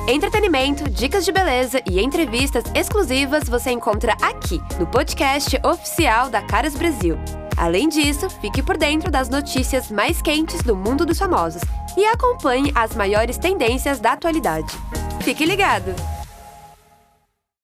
Entretenimento, dicas de beleza e entrevistas exclusivas você encontra aqui, no podcast oficial da Caras Brasil. Além disso, fique por dentro das notícias mais quentes do mundo dos famosos e acompanhe as maiores tendências da atualidade. Fique ligado!